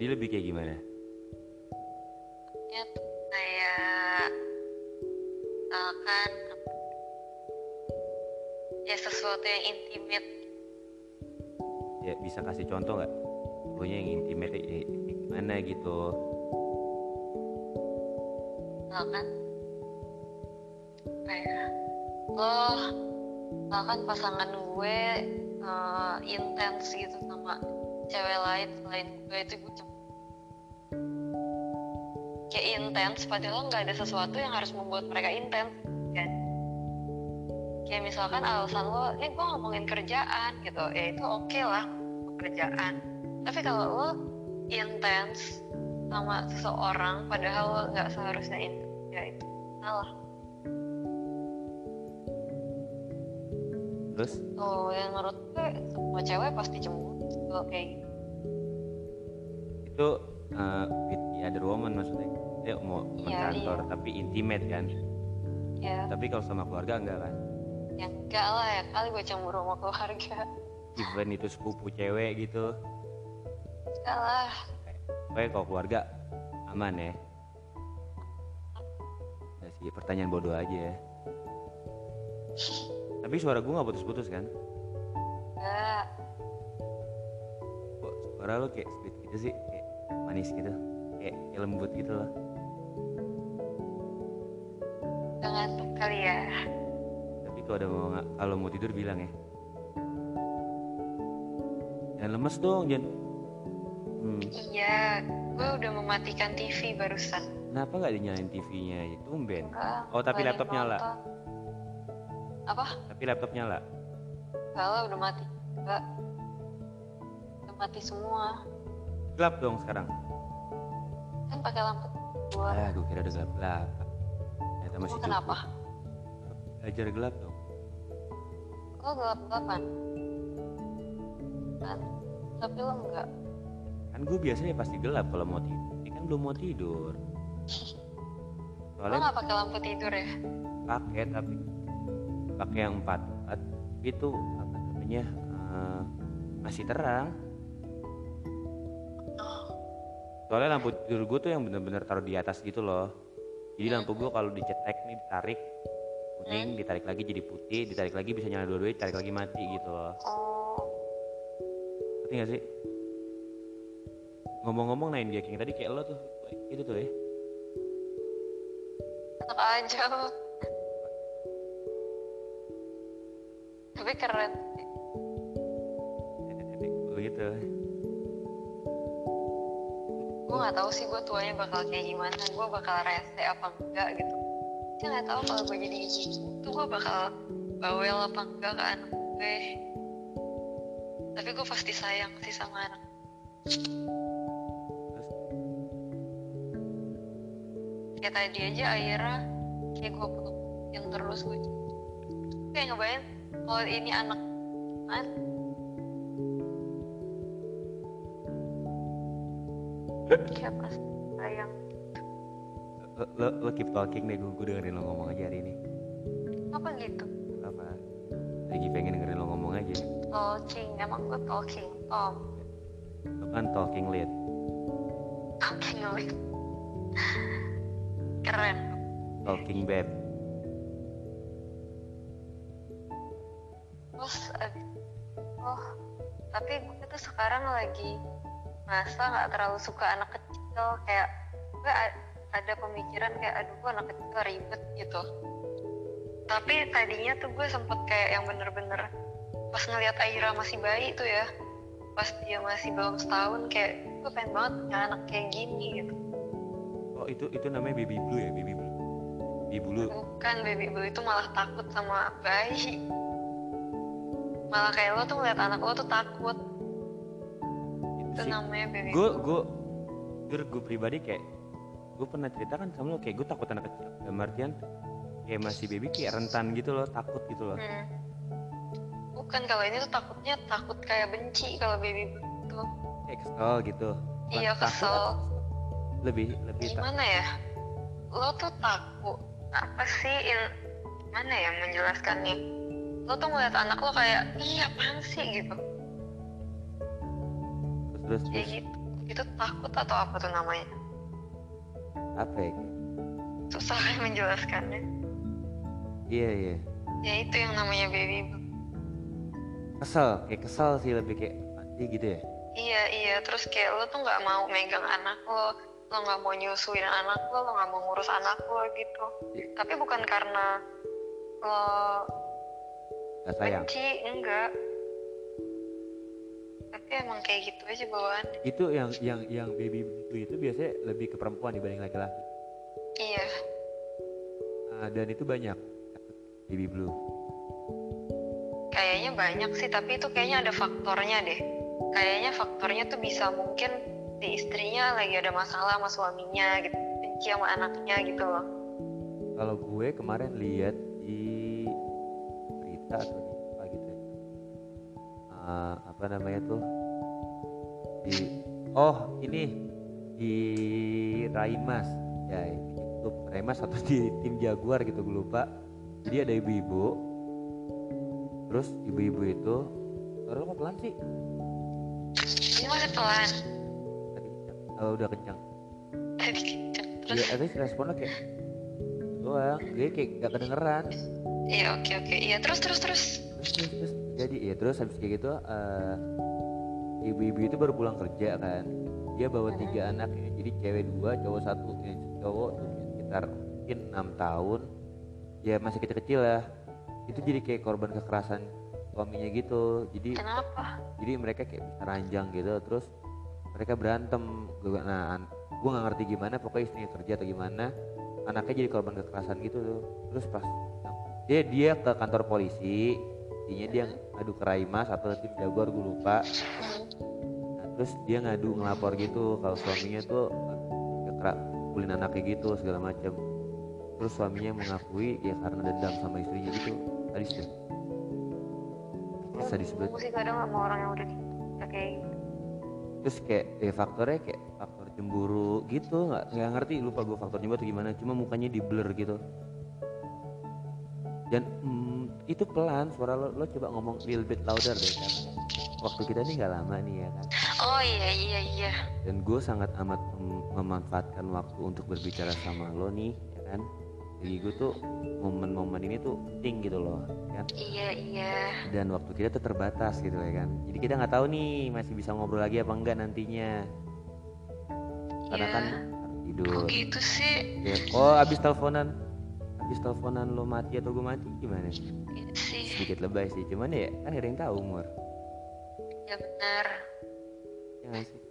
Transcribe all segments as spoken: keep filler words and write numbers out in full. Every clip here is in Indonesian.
lebih kayak gimana? Ya tuh kayak misalkan ya sesuatu yang intimate. Ya bisa kasih contoh nggak? Pokoknya yang intimate ya, ya gimana gitu? Misalkan kayak lo, misalkan pasangan gue uh, intens gitu sama cewek lain selain gue, itu gue cem- kayak intens padahal nggak ada sesuatu yang harus membuat mereka intens kan. Kayak misalkan alasan lo, ini gue ngomongin kerjaan gitu, ya itu oke okay lah pekerjaan. Tapi kalau lo intens sama seseorang padahal lo nggak seharusnya intens, ya itu salah. Terus? Oh, yang menurut gue semua cewek pasti cemburu kalau kayak gitu. Itu uh, with the other woman maksudnya? Dia mau teman Iya, kantor iya. tapi intimate kan? Ya, Tapi kalau sama keluarga enggak kan? ya enggak lah, ya kali gue cemburu sama keluarga. Even itu sepupu cewek gitu. Enggak lah. Pokoknya kalau keluarga aman ya. Ya sih, pertanyaan bodoh aja ya. Tapi suara gue gak putus-putus kan? Enggak. Kok suara lo kayak sweet gitu sih? Kayak manis gitu? Kayak, kayak lembut gitu loh. Udah ngantuk kali ya. Tapi kalau udah mau kalau mau tidur bilang ya. Jangan lemes dong, jangan. Hmm. Iya, gue udah mematikan T V barusan. Kenapa nggak dinyalain T V-nya aja? Tumben. Enggak. Oh tapi lagi laptop nyala. nonton. Apa? Tapi laptop nyala. Enggak lah, udah mati. Enggak. Udah mati semua. Gelap dong sekarang. Kan pakai lampu dua. Ah, gue kira udah gelap-gelap. Ternyata masih Emang cukup. kenapa? Belajar gelap dong. Lo gelap-gelapan kan? Tapi lo enggak. Kan gue biasanya pasti gelap kalau mau tidur. Ini kan belum mau tidur. Lo Soalnya nggak pakai lampu tidur ya? pakai tapi pakai yang empat empat itu apa namanya uh, masih terang. Soalnya lampu tidur gue tuh yang bener-bener taruh di atas gitu loh. Jadi lampu gue kalau dicetek nih ditarik kuning, ditarik lagi jadi putih, ditarik lagi bisa nyala dua-duanya, ditarik lagi mati gitu loh. Oh, Ngerti gak sih? Ngomong-ngomong Nine Gag yang tadi kayak lo tuh itu tuh ya. enak aja lo. Tapi keren sih. Nenek gue gitu. Gue nggak tahu sih gue tuanya bakal kayak gimana. Gue bakal rese apa enggak gitu. Saya nggak tahu kalau gue jadi ibu tuh gue bakal bawel apa enggak ke anak gue. Tapi gue pasti sayang sih sama anak. Terus Kayak tadi aja Aira, kayak gue peluk yang terus gue. Kayak ngebayang kalau ini anak kan. Kayak pas sayang. lo, lo, lo keep talking deh, gue, gue dengerin lo ngomong aja hari ini. Apa gitu? Apa? Lagi pengen dengerin lo ngomong aja. Talking, emang gue talking Tom. Lo kan talking lead. Talking lead. Keren. Talking babe. Terus abis, oh, tapi gue tuh sekarang lagi masa nggak terlalu suka anak kecil. Kayak gue a- ada pemikiran kayak aduh gue anak kecil ribet gitu. Tapi tadinya tuh gue sempet kayak yang bener-bener pas ngeliat Aira masih bayi tuh ya, pas dia masih belum setahun, kayak gue pengen banget punya anak kayak gini gitu. Oh itu itu namanya baby blue ya, baby blue. Baby blue. Bukan, baby blue itu malah takut sama bayi. Malah kayak lo tuh ngeliat anak lo tuh takut. Itu Itu sih. namanya baby Gue blue. gue jujur gue pribadi kayak gue pernah cerita kan sama lo kayak gue takut anak kecil. Dalam artian kayak masih baby kayak rentan gitu loh, takut gitu loh. Hmm. Bukan, kalau ini tuh takutnya takut kayak benci kalau baby blue itu. Kayak kesel gitu. Bukan Iya, takut kesel. atau lebih lebih tak. Gimana ya? Lo tuh takut apa sih? Il- Gimana ya menjelaskannya? Lo tuh ngeliat anak lo kayak, iya apaan sih gitu. Terus terus Kayak terus. gitu. itu takut atau apa tuh namanya? Apa ya? Susah menjelaskannya. Iya iya. Ya itu yang namanya baby blue. Kesel, kayak kesel sih, lebih kayak mati gitu ya. Iya iya, terus kayak lo tuh nggak mau megang anak lo, lo nggak mau nyusuin anak lo, lo nggak mau ngurus anak lo gitu. Iya. Tapi bukan karena lo Gak sayang. benci, enggak. Tapi emang kayak gitu aja bawaannya. Itu yang yang yang baby blue itu biasanya lebih ke perempuan dibanding laki-laki. Iya. Nah, dan itu banyak baby blue. Kayaknya banyak sih, tapi itu kayaknya ada faktornya deh. Kayaknya faktornya tuh bisa mungkin si istrinya lagi ada masalah sama suaminya gitu, benci sama anaknya gitu loh. Kalau gue kemarin lihat di berita atau di apa gitu ya. Uh, apa namanya tuh? Di oh ini di Raimas ya, di YouTube Raimas atau di tim Jaguar gitu gue lupa. Jadi ada ibu-ibu, terus ibu-ibu itu, suara lo kok pelan sih? Ini masih pelan. Tadi kencang, oh, udah kencang. Tadi kenceng. Terus? Iya, tapi responnya kayak doang, gue kayak gak kedengeran. Iya oke oke. Iya terus terus terus. Terus terus terus jadi ya terus habis kayak gitu, uh, ibu-ibu itu baru pulang kerja kan, dia bawa tiga anak ya, jadi cewek dua, cowok satu. Ya, cowok tuh sekitar mungkin enam tahun, ya masih kecil-kecil lah. Itu jadi kayak korban kekerasan suaminya gitu. Jadi Kenapa? jadi mereka kayak bisa ranjang gitu, terus mereka berantem. Gua- nah an- gue nggak ngerti gimana, pokoknya istrinya kerja atau gimana, anaknya jadi korban kekerasan gitu tuh. Terus pas dia dia ke kantor polisi, intinya dia ngadu ke Raimas atau tim Jaguar gue lupa. Nah, terus dia ngadu ngelapor gitu kalau suaminya tuh kekera kulin anaknya gitu segala macam. Terus suaminya mengakui ya karena dendam sama istrinya gitu. Sadis deh. Sadis banget. Gue sih kadang sama orang yang udah kayak gitu. Terus kayak ya faktornya kayak faktor cemburu gitu, nggak nggak ngerti, lupa gue faktor cemburu atau gimana, cuma mukanya di blur gitu. Dan mm, itu pelan suara lo, lo coba ngomong little bit louder deh kan. Waktu kita nih nggak lama nih ya kan. Oh iya iya iya. Dan gue sangat amat mem- memanfaatkan waktu untuk berbicara sama lo nih ya kan. Bagi gue tuh momen-momen ini tuh penting gitu loh kan. Iya iya. Dan waktu kita tuh terbatas gitu ya kan. Jadi kita nggak tahu nih masih bisa ngobrol lagi apa enggak nantinya. Karena Iya. kan harus tidur. Kok gitu sih? Ya, oh abis teleponan, abis teleponan lo mati atau gue mati gimana? Gitu sih. Sedikit lebay sih, cuman ya kan ada yang tahu umur. Ya benar. Ya nggak sih?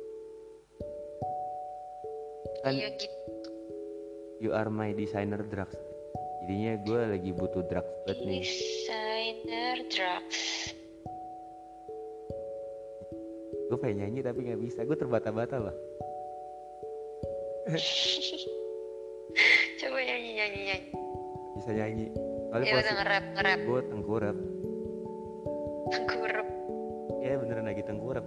Kan Iya gitu. you are my designer drugs. Jadinya gue lagi butuh drugs banget nih. Designer drugs. Gue pengen nyanyi tapi nggak bisa, gue terbata-bata loh. Coba nyanyi nyanyi nyanyi. Bisa nyanyi. Soalnya Ya udah nge-rap nge-rap. gue tengkurap. Tengkurap. Ya beneran lagi tengkurap.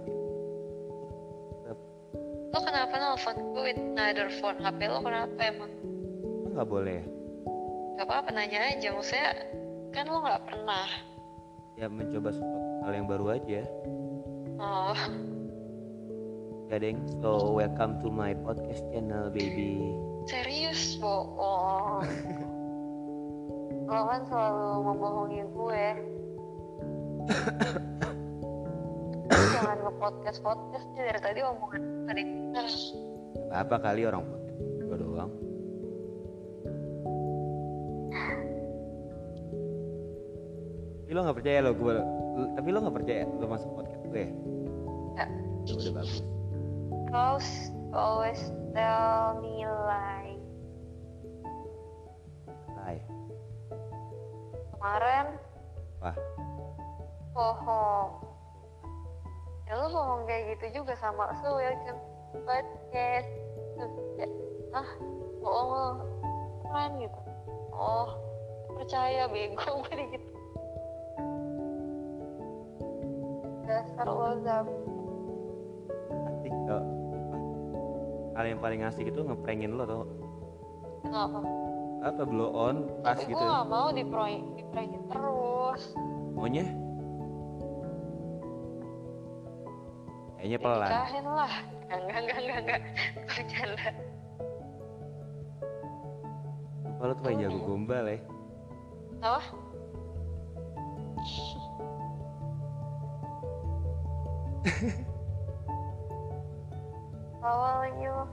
Lo kenapa nelfon gue with another phone? H P lo kenapa emang? Lo nggak boleh. Gak apa-apa nanya aja. Maksudnya kan lo gak pernah. Ya mencoba sesuatu hal yang baru aja. Oh. Gadeng, so welcome to my podcast channel baby. Serius bohong. Lo kan selalu membohongi gue. Jangan nge-podcast podcast dari tadi omongan tadi bener. Apa kali orang podcast gue doang. Tapi lo nggak percaya lo gue, tapi lo nggak percaya lo masuk podcast gue? Enggak. Ya udah bagus. Cause always tell me lie. Hai. Kemarin Wah. bohong. Ya lu bohong kayak gitu juga sama so welcome podcast. Ya, ah bohong lo kan gitu. Oh percaya bego gue gitu. Dasar lo Zam. Asik tau. Hal yang paling asik itu ngeprengin lo tau. Kenapa? Apa blow on pas Tapi gitu. gue gak mau diprank diprankin terus. Maunya Kayaknya Ya pelan. nikahin lah. Enggak, enggak, enggak, enggak. Gue bercanda. Lupa lu tuh paling jago gombal ya. Apa? Awal lagi lo.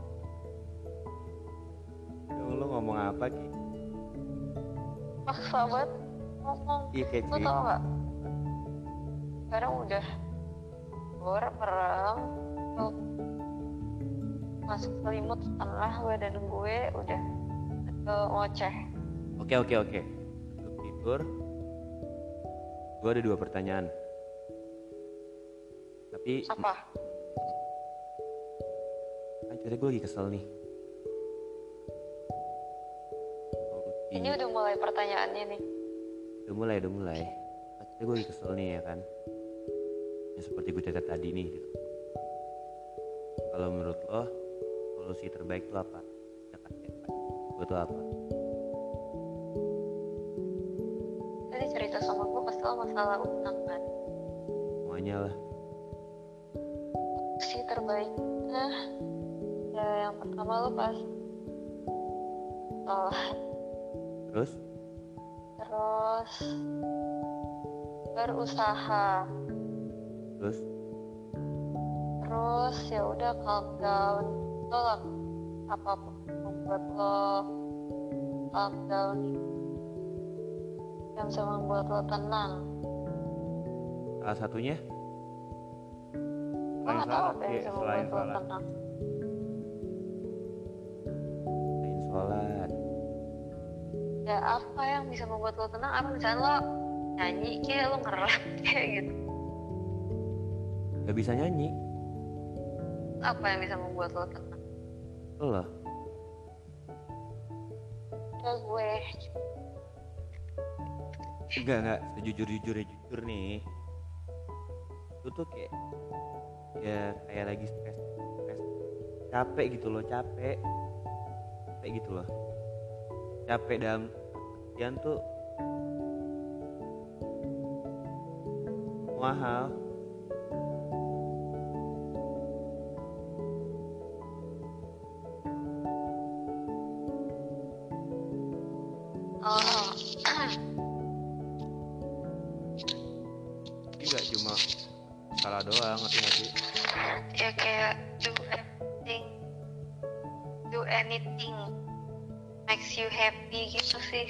Lu, lu ngomong apa Ki? Maksa banget ngomong. Iya kayak Lo tau gak? Sekarang udah bor, merem, tuh masuk selimut setengah badan gue udah ke ngoceh. Oke oke oke. Sebelum tidur, gue ada dua pertanyaan. Tapi Apa? kan cerita gue lagi kesel nih. Ini udah mulai pertanyaannya nih. Udah mulai, udah mulai. Akhirnya gue lagi kesel nih ya kan. Yang seperti gue cerita tadi nih gitu. Kalau menurut lo, solusi terbaik itu apa? Ya kan, ya. Gue tuh apa? Tadi cerita sama gue pas lo masalah utang kan. Semuanya lah. Sih terbaiknya ya yang pertama lo pas sholat, Terus? terus berusaha, Terus? terus ya udah calm down. Lo lah apapun yang membuat lo calm down yang bisa membuat lo tenang. Salah satunya? Lo nggak tahu sholat, apa yang iya, bisa selain membuat lo sholat. tenang. Selain sholat. Ya apa yang bisa membuat lo tenang? Apa misalnya lo nyanyi kayak lo ngerap kayak gitu. Gak bisa nyanyi. Apa yang bisa membuat lo tenang? Lo. Ya gue Enggak, enggak. Sejujur-jujurnya jujur nih. Lu tuh kayak ya kayak lagi stres, stres. Capek gitu loh, capek. Capek gitu loh. Capek dalam artian tuh semua hal. oh Jadi gak cuma salah doang, ngerti gak sih? ya kayak do anything do anything makes you happy gitu sih.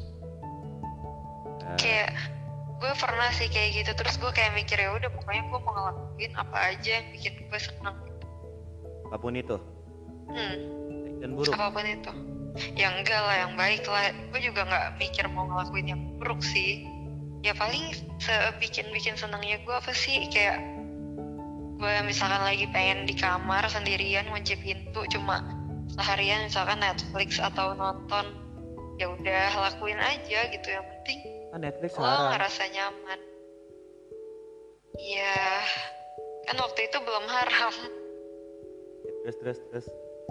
Nah, Kayak gue pernah sih kayak gitu, terus gue kayak mikir ya udah pokoknya gue mau ngelakuin apa aja yang bikin gue senang. apapun itu, hmm baik dan buruk. apapun itu ya enggak lah, yang baik lah. Gue juga nggak mikir mau ngelakuin yang buruk sih. Ya paling sebikin-bikin senangnya gue apa sih, kayak gue misalkan lagi pengen di kamar sendirian ngunci pintu cuma seharian misalkan Netflix atau nonton, ya udah lakuin aja gitu, yang penting Kan Netflix lo sekarang. ngerasa nyaman. Iya kan waktu itu belum haram. Ya, terus terus terus.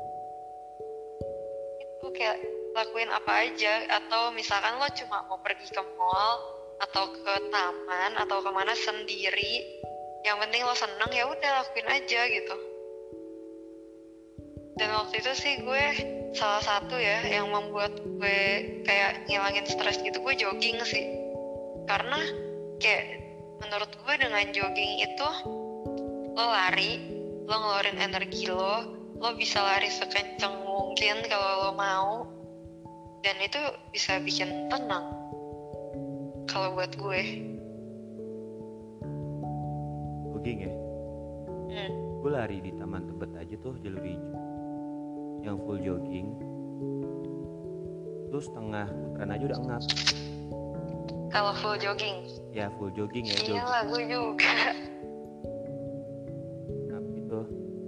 Itu kayak lakuin apa aja, atau misalkan lo cuma mau pergi ke mall atau ke taman atau kemana sendiri, yang penting lo seneng ya udah lakuin aja gitu. Dan waktu itu sih gue salah satu ya yang membuat gue kayak ngilangin stres gitu, gue jogging sih. Karena kayak menurut gue dengan jogging itu lo lari, lo ngeluarin energi lo, lo bisa lari sekencang mungkin kalau lo mau, dan itu bisa bikin tenang kalau buat gue. Jogging ya. hmm. Gue lari di Taman Tebet aja tuh, jalur hijau yang full jogging. Terus setengah putaran aja udah ngap. Kalau full jogging Ya full jogging ya, jogging iyalah gue juga. ngap gitu.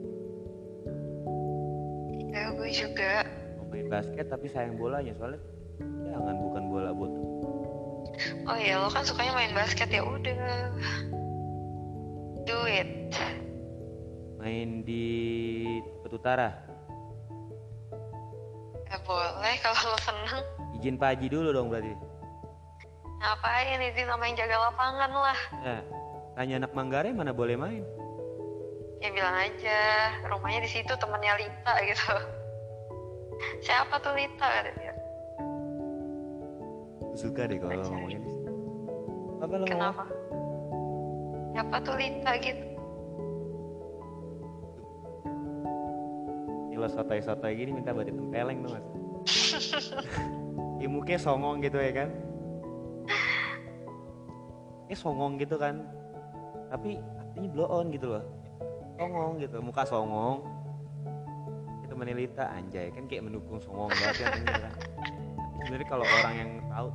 Ya gue juga. Mau main basket tapi sayang bolanya, soalnya jangan, bukan bola buat. Oh ya lo kan sukanya main basket, ya udah do it. Main di Tebet Utara. Ya boleh kalau lo seneng. Izin Pak Haji dulu dong berarti. Ngapain izin sama yang jaga lapangan lah. Nah, tanya anak Manggarai mana boleh main. Ya bilang aja rumahnya di situ, temannya Lita gitu. Siapa tuh Lita kata dia. Suka deh kalau Aja. ngomongin. Apa lo ngomong? Kenapa? Siapa tuh Lita gitu. Ini lo sotoy-sotoy gini minta buat ditempeleng tuh mas. Ya mukanya songong gitu ya kan. Ini songong gitu kan. Tapi artinya blow on gitu loh. Songong gitu, muka songong. Itu menelita anjay kan kayak mendukung songong banget kan ini kan. Sebenarnya kalau orang yang tahu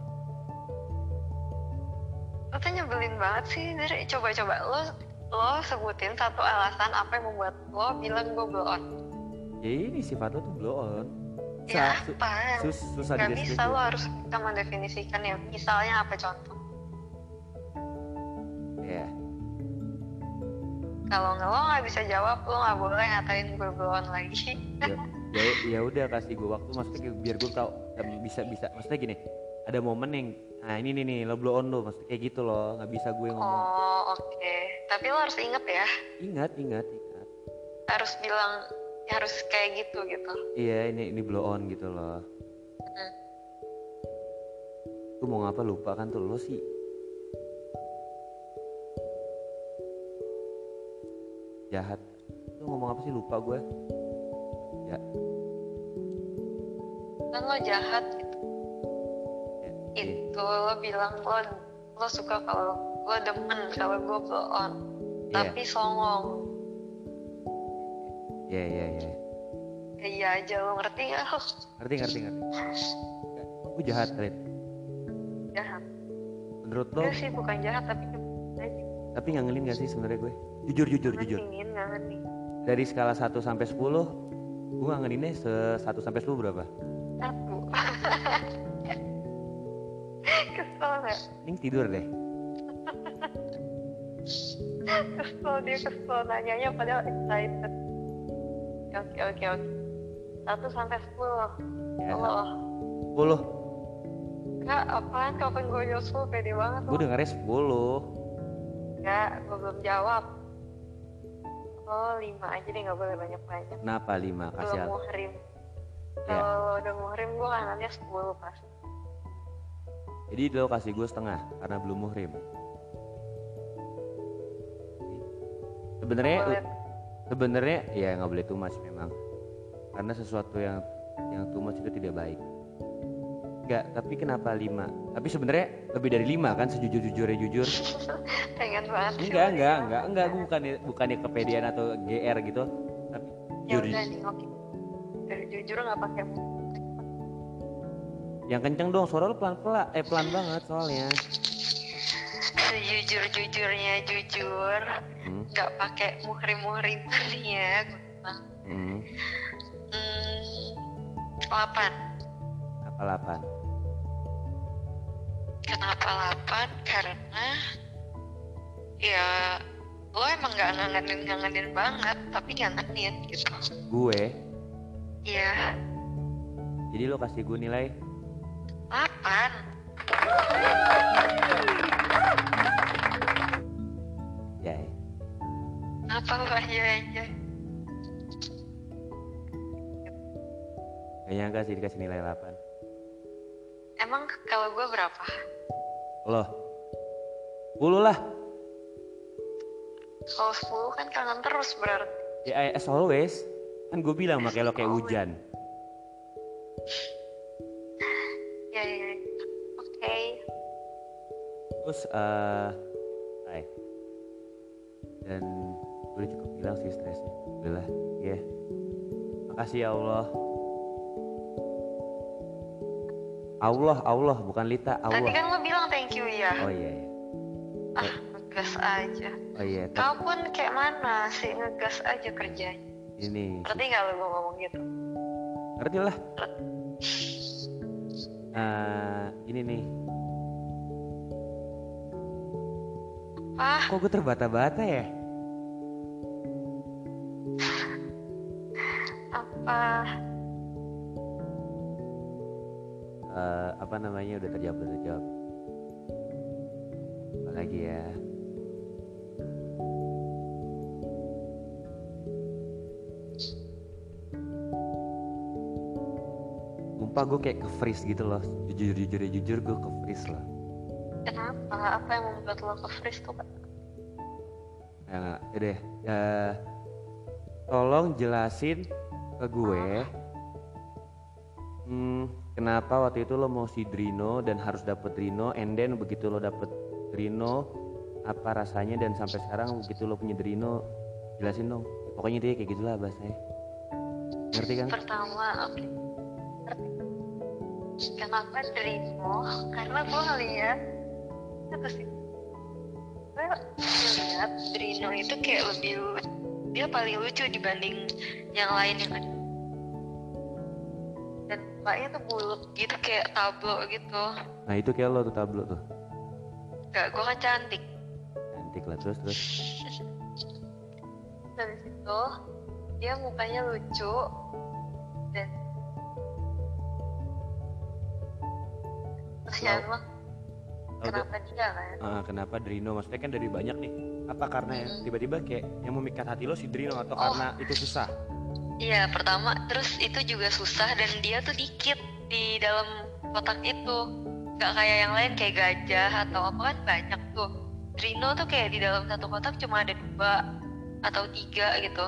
Lo tuh nyebelin banget sih. Dari coba-coba lo lo sebutin satu alasan apa yang membuat lo bilang gue blow on. ya ini sifat lo tuh blow on. Ya Susah, su- apa? sus, susah Gak bisa, dideskripsi. lo harus bisa mendefinisikan ya. Misalnya apa contoh? Ya, Kalau nggak lo nggak bisa jawab, lo nggak boleh ngatain gue blow on lagi. ya, ya, ya udah kasih gue waktu maksudnya kayak biar gue tau bisa bisa maksudnya gini ada momen yang nah ini nih nih lo blow on lo maksudnya kayak gitu loh nggak bisa gue ngomong Oh oke. Tapi lo harus inget ya, ingat ingat ingat harus bilang harus kayak gitu gitu. iya ini ini blow on gitu loh Mm. gue mau ngapa lupa kan tuh lo sih jahat lu ngomong apa sih lupa gue ya Kan lo jahat gitu. ya iya Itu lo bilang lo lo suka kalau lo demen kalau gue blow on. iya Tapi songong. iya iya iya Ya iya aja, lo ngerti gak lo? ngerti ngerti ngerti gue jahat Rin Jahat. menurut lo Enggak sih, bukan jahat tapi nyebelin aja. tapi ngangelin gak sih sebenarnya gue jujur jujur jujur Ngangenin, ngangenin. dari skala satu sampai sepuluh gue ngangelinnya se satu sampai sepuluh berapa Satu. Kesel gak? mending tidur deh Kesel, dia kesel nanyanya padahal excited. Oke oke oke. Satu sampai sepuluh. ya Lo sepuluh enggak apaan, kapan gue nyusul pede banget gue lo. dengarnya sepuluh Enggak, gue belum jawab. Oh lima aja deh, nggak boleh banyak banyak. kenapa lima kasih Belum apa muhrim. ya Kalau lo udah muhrim gue kanannya sepuluh pasti. jadi lo kasih gue setengah karena belum muhrim sebenarnya Boleh. sebenarnya ya nggak boleh too much memang karena sesuatu yang yang too much itu tidak baik enggak tapi kenapa lima tapi sebenarnya lebih dari lima kan sejujur-jujurnya jujur Pengen banget sih enggak lo enggak dibilang. enggak enggak gue bukannya bukannya kepedean atau G R gitu tapi Ya jujur udah nih, oke. Dari jujur nggak pakai musik. yang kenceng dong suara lo pelan-pelan eh pelan banget soalnya Sejujur jujurnya jujur, hmm, nggak pakai muhrim muhriman ya. Gue bilang. hmm, Hmm, delapan. apa delapan Kenapa delapan? Karena ya lo emang nggak ngangenin ngangenin banget, tapi ngangenin gitu. gue Iya, jadi lo kasih gue nilai delapan. ya ya. Apa lo aja aja? Gak nyangka sih dikasih nilai delapan Emang kalau gue berapa? lo sepuluh lah Kalau sepuluh kan kangen terus berarti. ya as always kan gue bilang makanya lo kayak always. hujan Ya ya. ya. Oke. terus eh hai dan udah cukup hilang sih stresnya udahlah ya makasih ya Allah Allah Allah bukan Lita Tadi Allah kan lo bilang thank you ya. oh iya iya Ah, ngegas aja. oh iya tapi Kau pun kayak mana sih, ngegas aja kerjanya. ini Ngerti gak lo gue ngomong gitu? ngerti lah Eh, ini nih Ah, kok gue terbata-bata ya apa? Eh, apa namanya udah terjawab udah terjawab apa lagi ya Sumpah gue kayak ke freeze gitu loh. Jujur jujur jujur gue ke freeze loh. Kenapa? Apa yang membuat lo ke freeze tuh Kak? Ya, ya deh. Ya, tolong jelasin ke gue. Hmm, kenapa waktu itu lo mau si Drino dan harus dapet Drino, and then begitu lo dapet Drino, apa rasanya, dan sampai sekarang begitu lo punya Drino, jelasin dong. Pokoknya dia kayak gitulah bahasanya. Ngerti kan? Pertama, oke. Kenapa Drino? Karena gue ngeliat apa sih? Gue ngeliat Drino itu kayak lebih lucu. Dia paling lucu dibanding yang lain yang ada. Dan mukanya tuh bulat gitu kayak tablo gitu. Nah itu kayak lo tuh tablo tuh. Gak, gue kan cantik. Cantik lah, terus terus. Dari situ dia mukanya lucu dan pertanyaan lo kenapa dia kan? Uh, kenapa Drino? Maksudnya kan dari banyak nih. Apa karena hmm. tiba-tiba kayak yang memikat hati lo si Drino atau oh. karena itu susah? Iya, pertama terus itu juga susah dan dia tuh dikit di dalam kotak itu. Gak kayak yang lain kayak gajah atau apa kan banyak tuh. Drino tuh kayak di dalam satu kotak cuma ada dua atau tiga gitu.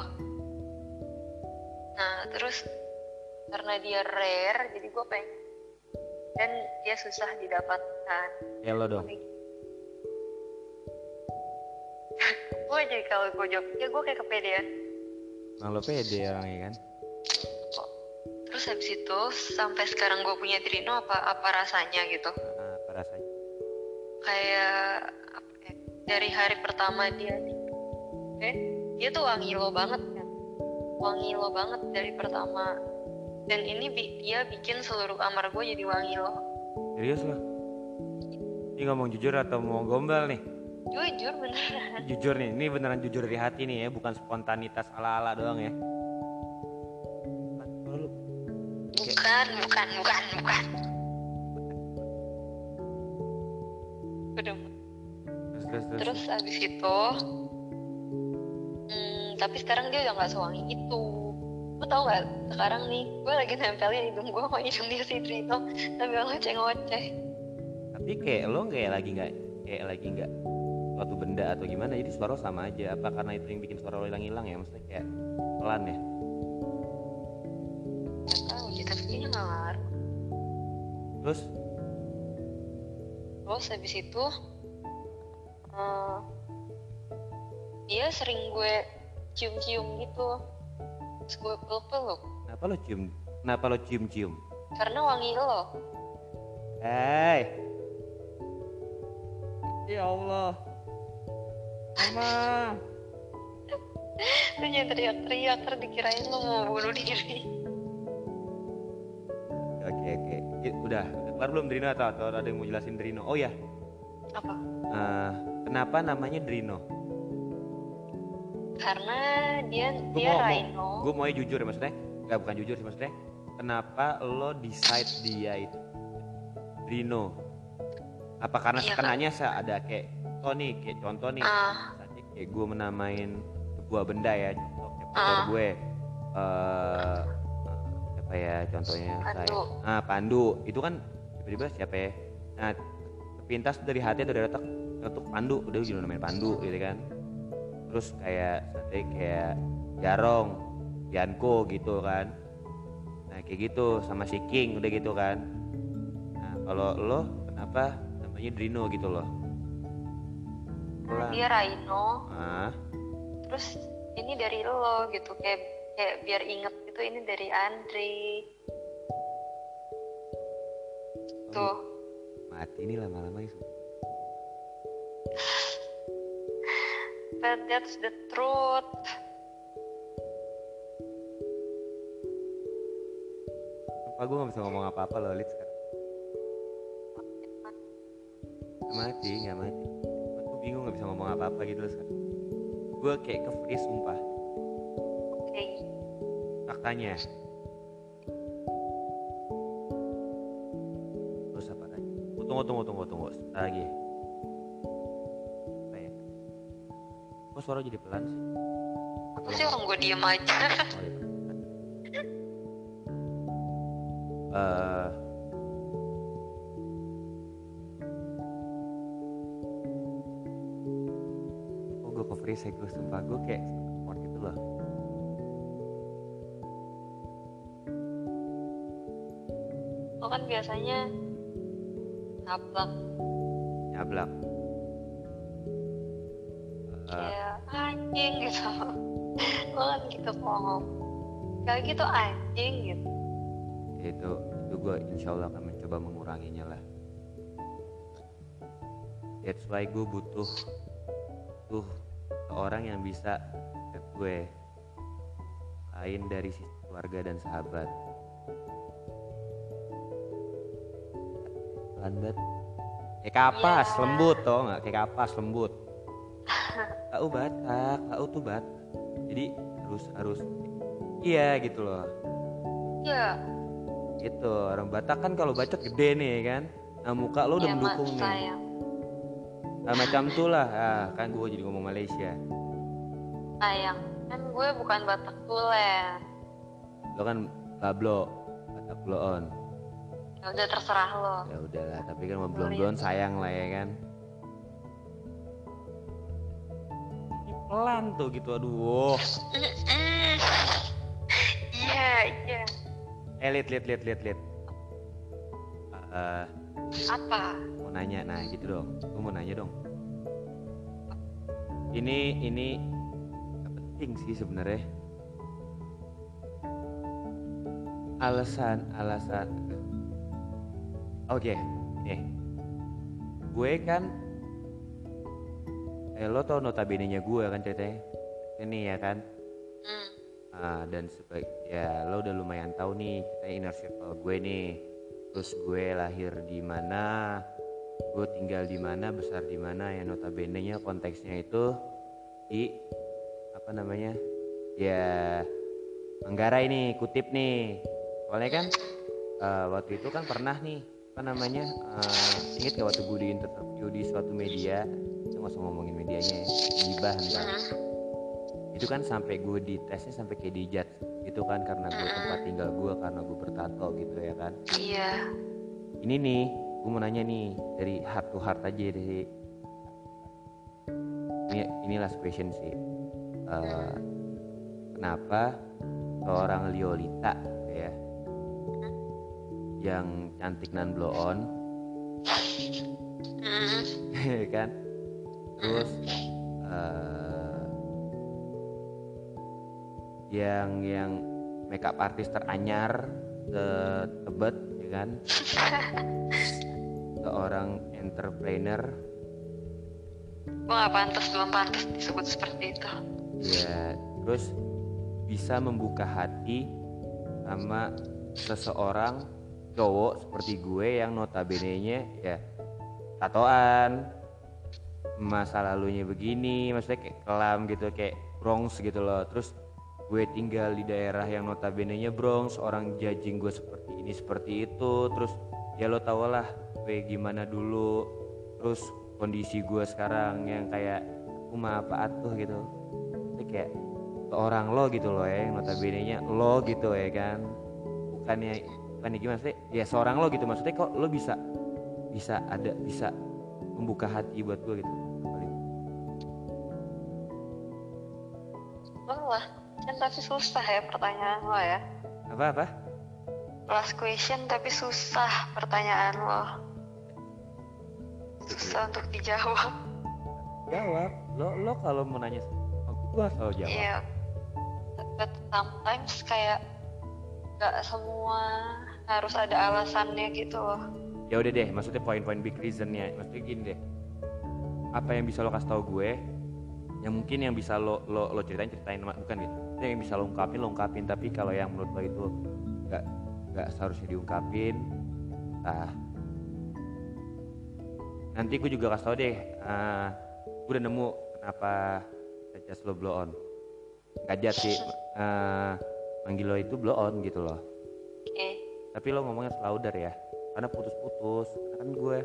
Nah terus karena dia rare jadi gue pengen, dan dia susah didapatkan. Ya lo dong. Gue jadi kalau gue jawab ya gue kayak kepedean. Nah lo pede orangnya kan. Terus habis itu sampai sekarang gue punya Drino apa apa rasanya gitu? Nah, apa rasanya? Kayak apa ya? Dari hari pertama dia eh dia tuh wangi lo banget kan, wangi lo banget dari pertama. Dan ini bi- dia bikin seluruh kamar gue jadi wangi lo. Serius lo? Ini ngomong jujur atau mau gombal nih? Jujur beneran. Jujur nih, ini beneran jujur dari hati nih ya, bukan spontanitas ala-ala doang ya. Bukan, bukan, bukan, bukan. Udah. Terus, terus, terus. Terus abis itu, hmm, tapi sekarang dia udah nggak sewangi itu. Gue tau nggak? Sekarang nih, gue lagi nempelin hidung gue sama hidung dia si Drino sambil ngoceh-ngoceh. Tapi kayak lo kayak lagi nggak, kayak lagi nggak suatu benda atau gimana, jadi suara lo sama aja. Apa karena itu yang bikin suara lo hilang-hilang ya? Maksudnya kayak pelan ya? Gak tau sih, tapi kayaknya nggak ngaruh. Terus? Terus habis itu, uh, dia sering gue cium-cium gitu. Terus gue peluk-peluk. Kenapa lo cium? Kenapa lo cium-cium? Karena wangi lo. Hei, ya Allah, Mama. Lu jangan teriak-teriak, ntar dikirain lo mau bunuh diri. Oke oke, udah kelar belum Drino atau, atau ada yang mau jelasin Drino? Oh ya. Apa? Uh, kenapa namanya Drino? Karena dia gua dia mau, rhino. Gue mau jujur ya maksudnya, nggak bukan jujur sih maksudnya. Kenapa lo decide dia itu Drino? Apa karena iya, sekenanya kan? Ada kayak contoh nih, kayak contoh nih, uh. misalnya kayak gue menamain sebuah benda ya, contoh kayak motor uh. gue, uh, apa ya contohnya Pandu. saya, ah Pandu, itu kan tiba-tiba siapa ya? Nah, sepintas dari hati atau dari otak, untuk Pandu, udah gue namain Pandu, gitu kan? Terus kayak nanti kayak Jarong, Yanko gitu kan. Nah kayak gitu sama si King udah gitu kan. Nah kalau lo kenapa namanya Drino gitu loh? Nah, dia rhino. Ah. Terus ini dari lo gitu kayak kayak biar inget gitu ini dari Andre. Tuh. Oh, mati nih lama-lama itu. But that's the truth. Apa gue gak bisa ngomong apa-apa loh Lid sekarang. Gak mati, gak mati. Gue bingung gak bisa ngomong apa-apa gitu loh sekarang. Gue kayak ke-freeze sumpah. Oke okay. Faktanya. Terus apa lagi? Tunggu, tunggu, tunggu, tunggu. Sebentar lagi. Kok suara jadi pelan sih? Apa sih orang gue diem aja? Oh, iya. eh kok gue ke freeze gue sumpah gue kayak support gitu loh. Lo kan biasanya ngablak Nyablak. Eh, kayak anjing gitu. Lo kan gitu ngomong. Kayak gitu anjing gitu. itu itu gue insya Allah akan mencoba menguranginya lah. That's why gue butuh tuh seorang yang bisa accept gue lain dari sisi keluarga dan sahabat. Lambat kayak kapas Iya. lembut tau nggak, kayak kapas lembut. Kau Batak, kau tuh Batak. Jadi harus harus iya gitu loh. Iya. Gitu orang Batak kan kalau bacot gede nih kan. Nah muka lo udah Iya, Mak, mendukung nih. sayang. Nah, macam tuh lah. Ah, kan gue jadi ngomong Malaysia. Sayang. Kan gue bukan Batak Tulen. Lo kan Bablo, Batak bloon. Ya udah terserah lo. Ya udahlah, tapi kan mau belum-belum sayang lah ya kan. Ini pelan tuh gitu, aduh. Iya, iya. Eh, liat, liat, liat, liat, liat. Uh, Apa? mau nanya, nah gitu dong. Gue mau nanya dong. Ini, ini gak penting sih sebenarnya. Alasan, alasan. Oke, nih. Gue kan, eh lo tau notabene-nya gue kan ceritanya. Ini ya kan. Hmm. Ah, dan sebagai ya lo udah lumayan tahu nih kita inner circle gue nih. Terus gue lahir di mana, gue tinggal di mana, besar di mana, ya notabene-nya konteksnya itu di apa namanya? Ya Manggarai nih, kutip nih. Soalnya kan uh, waktu itu kan pernah nih apa namanya? Uh, inget gak waktu gue di interview di suatu media, kita nggak usah ngomongin medianya ya, gibah ntar. Itu kan sampai gue di tesnya sampai kayak dijat gitu kan karena gue tempat tinggal gue karena gue bertato gitu ya kan. Iya. Ini nih gue mau nanya nih dari heart to heart aja deh. Ini ini last question sih. Uh, kenapa seorang Liolita ya yang cantik nan blow on kan terus uh, yang yang makeup artist teranyar Tebet ya kan seorang entrepreneur Gue gak pantas, belum pantas disebut seperti itu. ya terus bisa membuka hati sama seseorang cowok seperti gue yang notabene-nya ya tatoan, masa lalunya begini, maksudnya kayak kelam gitu, kayak Bronx gitu loh. Terus gue tinggal di daerah yang notabene-nya Bronx, orang judging gue seperti ini seperti itu. Terus ya lo tau lah gue gimana dulu, terus kondisi gue sekarang yang kayak aku mah apa atuh gitu. Itu kayak seorang lo gitu loh ya, yang notabene-nya lo gitu ya kan, bukannya bukannya gimana sih ya seorang lo gitu, maksudnya kok lo bisa bisa ada bisa membuka hati buat gue gitu. Wah, kan tapi susah ya pertanyaan lo ya. Apa apa? Last question tapi susah pertanyaan lo. Susah untuk dijawab. Jawab. Lo lo kalau mau nanya aku gue selalu jawab. Iya. But sometimes kayak gak semua harus ada alasannya gitu loh. Ya udah deh, maksudnya poin-poin big reasonnya, maksudnya gini deh. Apa yang bisa lo kasih tau gue? Yang mungkin yang bisa lo lo lo ceritain ceritain bukan gitu. Yang bisa lo ungkapin lo ungkapin, tapi kalau yang menurut lo itu nggak nggak seharusnya diungkapin, ah nanti gue juga kasih tau deh. Uh, gue udah nemu kenapa just lo blow on. Nggak jat sih, uh, manggil lo itu blow on gitu loh. Oke. Okay. Tapi lo ngomongnya louder ya, karena putus-putus. Karena kan gue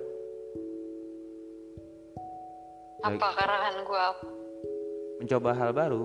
apa karena kan gue apa? Mencoba hal baru.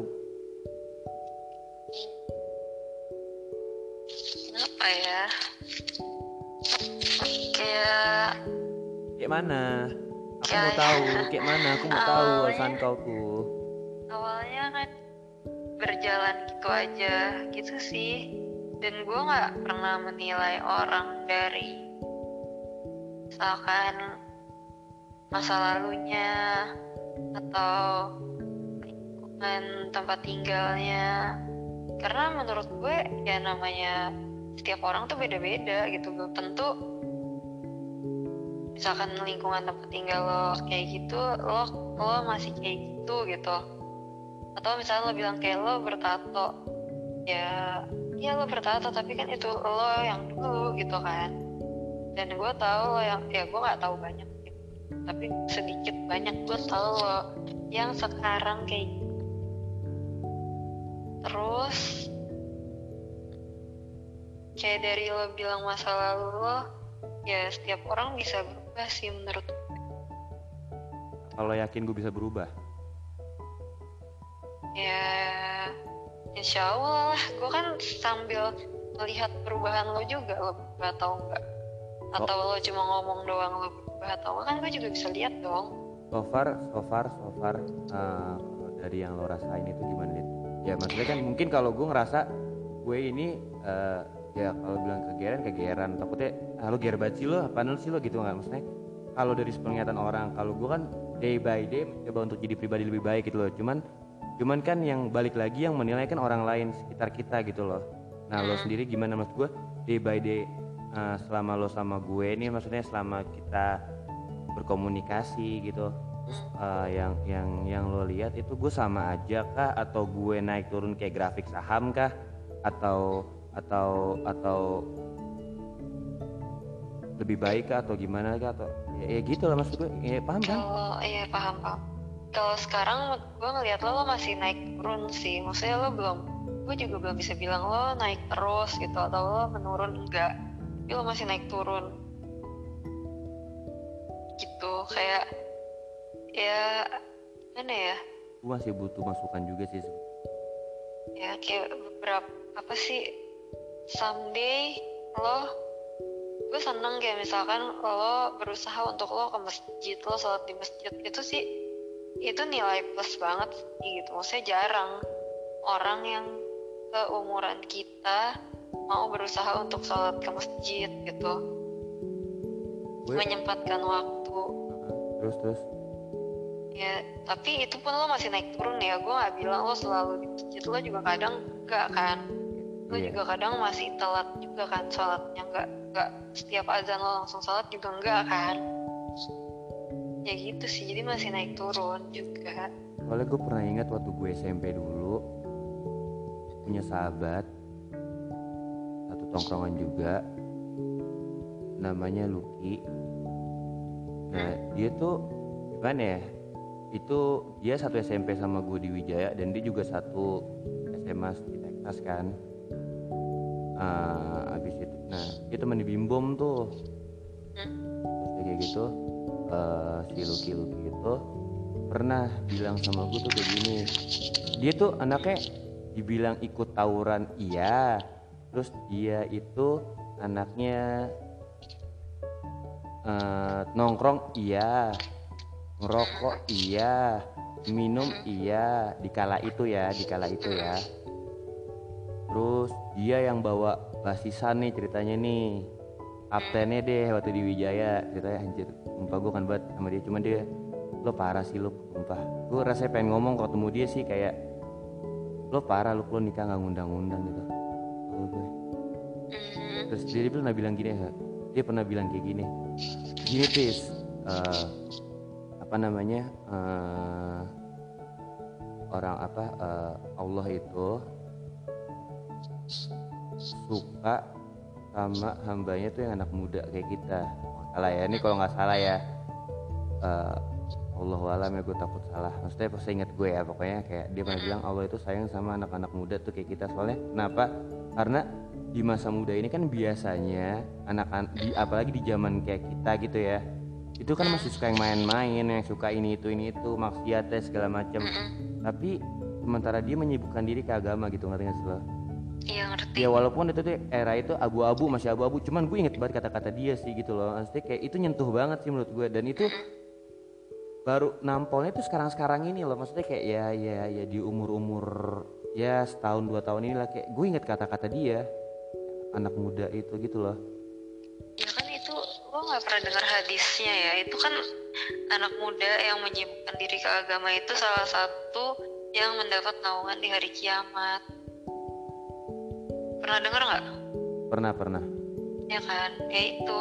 Kenapa ya? Kayak Kayak mana? Aku mau kayak tahu, kayak mana? Aku mau tahu awalnya alasan kau tuh. awalnya kan berjalan gitu aja gitu sih, dan gue nggak pernah menilai orang dari misalkan masa lalunya atau lingkungan tempat tinggalnya, karena menurut gue ya namanya setiap orang tuh beda-beda gitu. Belum tentu misalkan lingkungan tempat tinggal lo kayak gitu, lo lo masih kayak gitu gitu. Atau misalnya lo bilang kayak lo bertato, ya ya lo bertato tapi kan itu lo yang dulu gitu kan. Dan gue tahu lo yang, ya gue nggak tahu banyak gitu, tapi sedikit banyak gue tahu lo yang sekarang kayak gitu. Terus kayak dari lo bilang masa lalu lo, ya setiap orang bisa berubah sih menurut gue. Kalau yakin gue bisa berubah? Ya insya Allah lah, gue kan sambil melihat perubahan lo juga, lo berubah atau enggak. Atau Oh. lo cuma ngomong doang lo berubah atau enggak, kan gue juga bisa lihat dong. So far, so far, so far uh, dari yang lo rasain itu gimana Dit? Ya maksudnya kan mungkin kalau gue ngerasa gue ini uh, ya kalau bilang kegeran kegeran takutnya ah lo ger banget sih lo apaan sih lo gitu nggak, maksudnya kalau dari penglihatan orang, kalau gue kan day by day mencoba untuk jadi pribadi lebih baik gitu loh. Cuman cuman kan yang balik lagi yang menilai kan orang lain sekitar kita gitu loh. Nah lo sendiri gimana, maksud gue day by day uh, selama lo sama gue ini, maksudnya selama kita berkomunikasi gitu, terus uh, yang yang yang lo lihat itu gue sama aja kah, atau gue naik turun kayak grafik saham kah, atau atau atau lebih baik kah, atau gimana kah, atau ya, ya gitu lah maksud gue, ya paham kan? Kalau iya paham paham. Kalau sekarang gue ngelihat lo, lo masih naik turun sih. Maksudnya lo belum, gue juga belum bisa bilang lo naik terus gitu atau lo menurun, enggak. Tapi lo masih naik turun. Gitu kayak ya gimana ya? Gue masih butuh masukan juga sih. Ya kayak beberapa apa sih? Someday lo, gue seneng kayak misalkan lo berusaha untuk lo ke masjid, lo sholat di masjid, itu sih itu nilai plus banget sih gitu. Maksudnya jarang orang yang seumuran kita mau berusaha untuk sholat ke masjid gitu, Gue menyempatkan waktu. terus terus Ya tapi itu pun lo masih naik turun ya. Gue nggak bilang lo selalu di masjid, lo juga kadang enggak kan. Lo iya. juga kadang masih telat juga kan sholatnya, nggak nggak setiap azan lo langsung sholat juga enggak kan. Ya gitu sih, jadi masih naik turun juga. Soalnya gue pernah ingat waktu gue S M P dulu punya sahabat satu tongkrongan juga, namanya Lucky. Nah dia tuh gimana ya, itu dia satu S M P sama gue di Wijaya, dan dia juga satu S M A di Texas kan. Uh, abis itu, nah dia teman di Bimbom tuh. Terus kayak gitu, uh, si Lucky Lucky itu pernah bilang sama gue tuh kayak gini. Dia tuh anaknya dibilang ikut tawuran iya, terus dia itu anaknya uh, nongkrong iya, ngerokok iya, minum iya, dikala itu ya, dikala itu ya. Terus dia yang bawa basisan nih ceritanya nih, kaptennya deh waktu di Wijaya, ceritanya anjir, sumpah gue kan banget sama dia. Cuman dia, lo parah sih lo, sumpah gue rasanya pengen ngomong kalau ketemu dia sih, kayak lo parah, lo lo nikah gak ngundang-ngundang gitu. Oh, gue. Terus dia pernah bilang gini, dia pernah bilang kayak gini, gini Tis, uh, apa namanya, uh, orang apa, uh, Allah itu suka sama hambanya tuh yang anak muda kayak kita. Salah ya, ini kalau nggak salah ya, uh, Allahualam ya, gue takut salah. Maksudnya pas ingat gue ya, pokoknya kayak dia pernah bilang Allah itu sayang sama anak-anak muda tuh kayak kita. Soalnya kenapa? Karena di masa muda ini kan biasanya anak-anak, di, apalagi di zaman kayak kita gitu ya, itu kan masih suka yang main-main, yang suka ini itu ini itu maksiat segala macam. Tapi sementara dia menyibukkan diri ke agama gitu, ngerti nggak sih lo? Iya ngerti. Ya walaupun itu tuh era itu abu-abu, masih abu-abu, cuman gue inget banget kata-kata dia sih gitu loh. Maksudnya kayak itu nyentuh banget sih menurut gue, dan itu baru nampolnya tuh sekarang-sekarang ini loh. Maksudnya kayak ya ya ya di umur-umur ya setahun dua tahun ini lah, kayak gue inget kata-kata dia, anak muda itu gitu loh. Ya kan itu lo nggak pernah dengar hadisnya ya, itu kan anak muda yang menyibukkan diri ke agama itu salah satu yang mendapat naungan di hari kiamat. Pernah dengar nggak? Pernah pernah. Ya kan, kayak itu.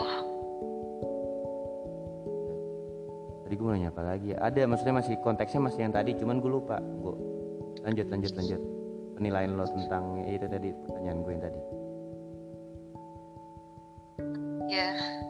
Tadi gue mau nanya apa lagi ya? Ada, maksudnya masih konteksnya masih yang tadi, cuman gue lupa. Gue lanjut lanjut lanjut. Penilaian lo tentang itu tadi, pertanyaan gue yang tadi. Ya.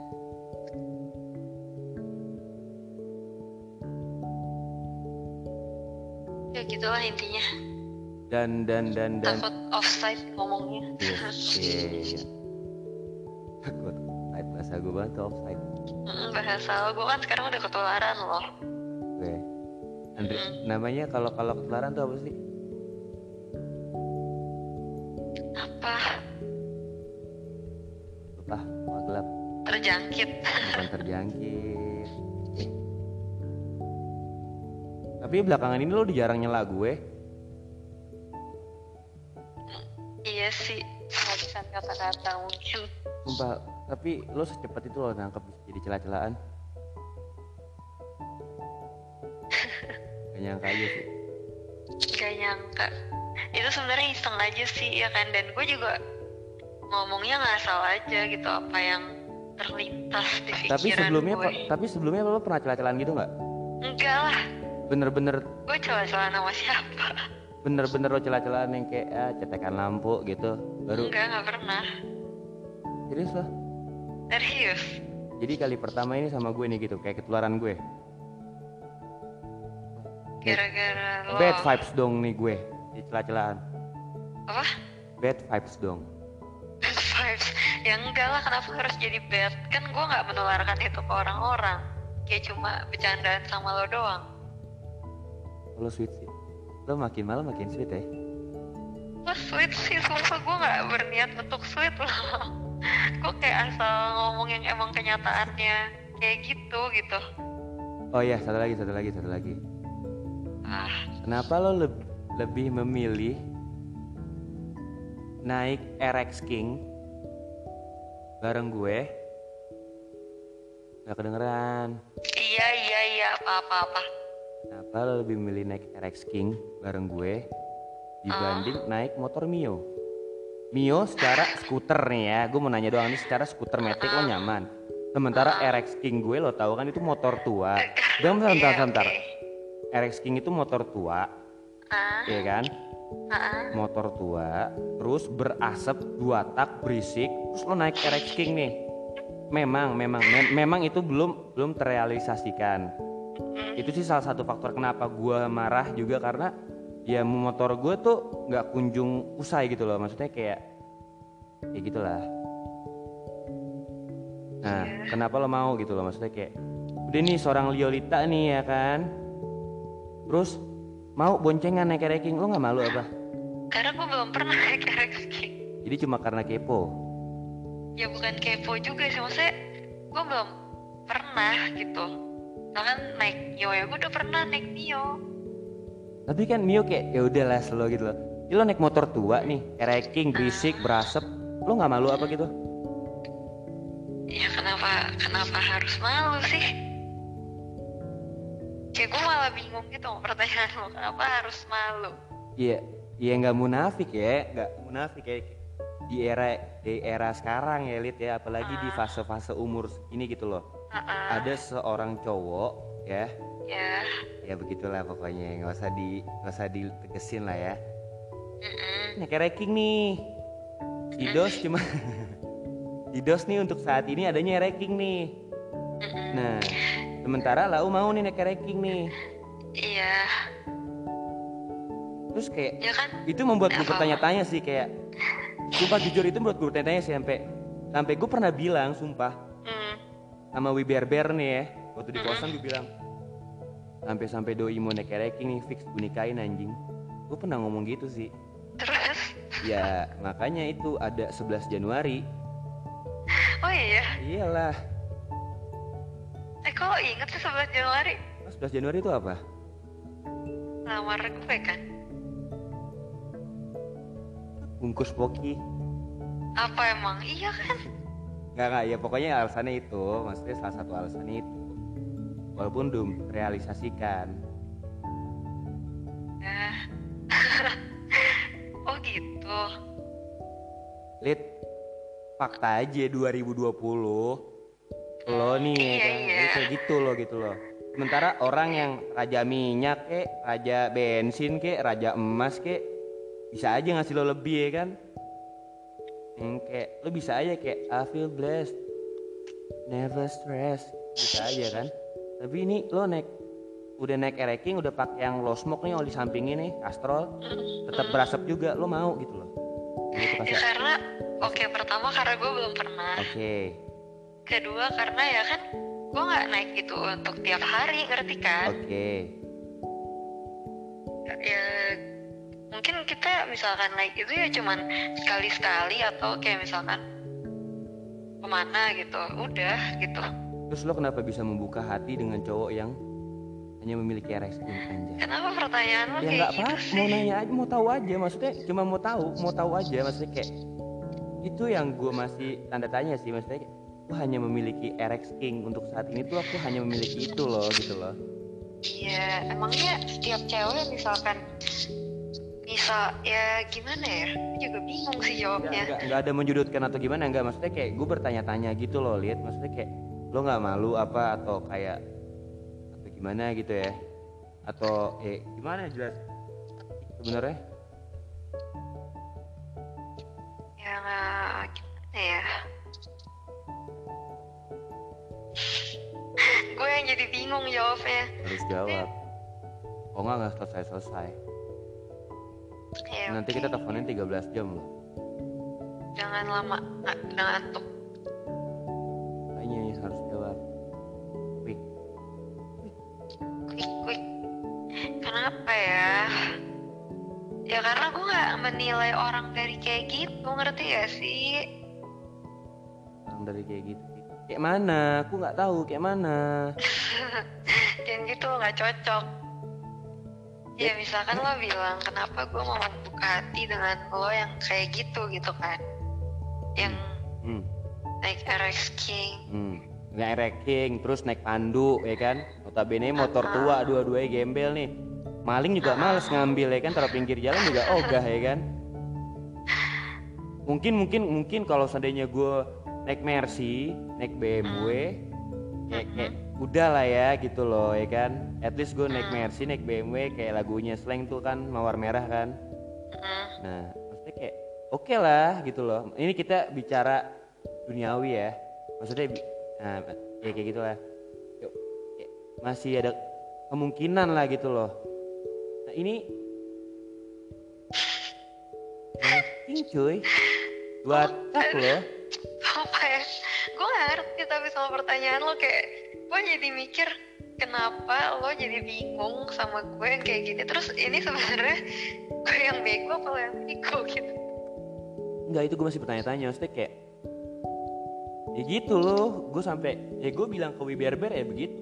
Ya gitulah intinya. Dan dan dan dan. Takut offside ngomongnya. Yes, iya. Takut offside, bahasa gue banget tuh offside. Mm, bahasa lo, gue kan sekarang udah ketularan loh. Oke. Andre, Mm. namanya kalau kalau ketularan tuh apa sih? Apa? Lupa, mau gelap. Terjangkit. Bukan terjangkit. Eh. Tapi belakangan ini lo udah jarang nyela gue. Iya sih, penghabisan kata-kata mungkin. Sumpah, tapi lo secepat itu lo nangkep bisa jadi celah-celahan. Gak nyangka aja sih. Gak nyangka. Itu sebenarnya iseng aja sih ya kan, dan gue juga ngomongnya ngasal aja gitu apa yang terlintas di pikiran Tapi sebelumnya, gue. tapi sebelumnya lo pernah celah-celahan gitu nggak? Enggak lah, Bener-bener, gue celah-celah nama siapa? bener-bener lo celah-celahan yang kayak ah, cetekan lampu gitu, baru. Enggak, nggak pernah. Serius lo? Serius. Jadi kali pertama ini sama gue nih gitu, kayak ketularan gue. Gara-gara lo. Bad vibes dong nih gue di celah-celahan. Apa? Bad vibes dong. Bad vibes. Ya enggak lah, kenapa harus jadi bad? Kan gue nggak menularkan itu ke orang-orang. Kayak cuma bercandaan sama lo doang. Lo sweet sih. Lo makin malam makin sweet ya. Lo sweet sih, sumpah gue gak berniat untuk sweet loh. Gue kayak asal ngomong yang emang kenyataannya kayak gitu gitu. Oh iya, satu lagi, satu lagi, satu lagi. Ah, Kenapa lo leb- lebih memilih naik R X King bareng gue? Gak kedengeran. iya iya iya apa-apa-apa. Kenapa lo lebih memilih naik R X King bareng gue dibanding naik motor Mio? Mio secara skuter nih ya, gue mau nanya doang nih, secara skuter metik lo nyaman. Sementara R X King gue lo tahu kan itu motor tua. Dan bentar, bentar, Iya, bentar. oke. R X King itu motor tua, Ah, ya kan? ah, ah. Motor tua, terus berasap, dua tak, berisik, terus lo naik R X King nih. Memang, memang, mem- memang itu belum belum terrealisasikan. Itu sih salah satu faktor kenapa gue marah juga, karena ya motor gue tuh nggak kunjung usai gitu loh, maksudnya kayak kayak gitulah. Nah, kenapa lo mau gitu loh, maksudnya kayak udah nih seorang Liolita nih ya kan, terus mau boncengan naik R X King, lo nggak malu apa? Karena gue belum pernah naik R X King. Jadi cuma karena kepo. Ya bukan kepo juga sih, maksudnya gue belum pernah gitu. Bahkan naik Mio ya, gue udah pernah naik Mio. Tapi kan Mio kayak ya udahlah slow gitu loh. Jadi lo naik motor tua nih, R X King berisik, berasap, lo nggak malu apa gitu? Ya kenapa kenapa harus malu sih? Kayak gue malah bingung gitu sama pertanyaan lo, kenapa harus malu? Iya, iya nggak munafik ya, nggak munafik ya. Di era di era sekarang ya Lid ya, apalagi di fase-fase umur ini gitu loh. Uh-uh. Ada seorang cowok ya, Ya, ya begitulah pokoknya, nggak usah di nggak usah ditegesin lah ya. mm-mm. Naik R X King nih, di dos cuma di dos nih untuk saat ini adanya R X King nih. Mm-mm. Nah, sementara Lau mau nih naik R X King nih. Iya, Terus kayak ya kan? itu membuat gue Apa? bertanya-tanya sih, kayak sumpah jujur itu membuat gue bertanya sih, sampai sampai gue pernah bilang sumpah Hmm. sama Wiberber nih ya, waktu di kosan gue bilang sampai sampai doi mau naik R X King nih, fix gue nikahin anjing. Gue pernah ngomong gitu sih. Terus? Ya makanya itu ada sebelas Januari. Oh iya, Iyalah. eh kok lo inget sih sebelas Januari? Oh, sebelas Januari itu apa? Lamar gue kan. Bungkus Poki. Apa emang? Iya kan? Nggak nggak ya pokoknya alasannya itu, maksudnya salah satu alasannya itu. Walaupun belum realisasikan. Nah. Oh gitu. Lid, fakta aja dua ribu dua puluh lo nih Iya, ya kan, iya. Jadi kayak gitu loh gitu loh. Sementara orang yang raja minyak kek, raja bensin kek, raja emas kek, bisa aja ngasih lo lebih ya kan. Hmm, kayak lo bisa aja kayak I feel blessed, never stress, bisa aja kan. Tapi ini lo naik, udah naik ranking, udah pakai yang low smoke nih, oli samping ini, Castrol, tetap berasap juga, lo mau gitu loh. Gitu Ya karena, oke pertama karena gue belum pernah. Oke. Kedua karena ya kan gue nggak naik itu untuk tiap hari, ngerti kan? Oke. Ya mungkin kita misalkan naik itu ya cuman sekali-sekali atau kayak misalkan kemana gitu, udah gitu. Terus lo kenapa bisa membuka hati dengan cowok yang hanya memiliki ereksi anjay? Kenapa pertanyaan lo Ya kayak nggak gitu apa-apa, sih? mau nanya aja, mau tahu aja, maksudnya cuma mau tahu, mau tahu aja, maksudnya kayak itu yang gue masih tanda tanya sih, maksudnya kayak, aku hanya memiliki Erex King untuk saat ini tuh aku hanya memiliki itu loh gitu loh. Iya, emangnya setiap cewek misalkan misal ya gimana ya? Gue juga bingung sih jawabnya. Nggak, nggak ada menjudutkan atau gimana, nggak, maksudnya kayak gue bertanya-tanya gitu loh, lihat, maksudnya kayak lo nggak malu apa atau kayak atau gimana gitu ya, atau eh gimana jelas sebenarnya? Ya nggak gimana ya? Gue yang jadi bingung jawabnya. Harus jawab. Oh nggak nggak selesai selesai. Ya, Nanti oke. kita teleponin tiga belas jam loh. Jangan lama, nggak udah ngantuk. Kayaknya harus jawab. Quick. Quick quick. Kenapa ya? Ya karena gue nggak menilai orang dari kayak gitu, ngerti gak sih? Orang dari kayak gitu. Kayak mana? Aku nggak tahu kayak mana. Dan gitu nggak cocok. Ya misalkan lo bilang kenapa gue mau membuka hati dengan lo yang kayak gitu gitu kan, yang Hmm. naik Erex King. Hmm. Naik ranking, terus naik pandu, ya kan? Notabene motor tua, dua-duanya gembel nih. Maling juga males ngambil, ya kan? Taruh pinggir jalan juga ogah, ya kan? Mungkin, mungkin, mungkin kalau seandainya gue naik Mercy, naik B M W, kayak, kayak udah lah ya gitu loh, ya kan? At least gue naik Mercy, naik B M W, kayak lagunya Slang tuh kan, Mawar Merah kan? Mm. Nah, maksudnya kayak oke lah gitu loh. Ini kita bicara duniawi ya. Maksudnya bi- nah, ya kayak gitulah. Yuk, kayak masih ada kemungkinan lah gitu loh. Nah, ini ranking cuy. Buat tak loh. Apa ya? Gue gak ngerti tapi sama pertanyaan lo, kayak gue jadi mikir kenapa lo jadi bingung sama gue yang kayak gini. Terus ini sebenarnya gue yang bego apa lo yang bego gitu? Enggak, itu gue masih bertanya-tanya. Maksudnya kayak ya gitu loh. Gue sampai ya gue bilang ke Wiberber ya begitu.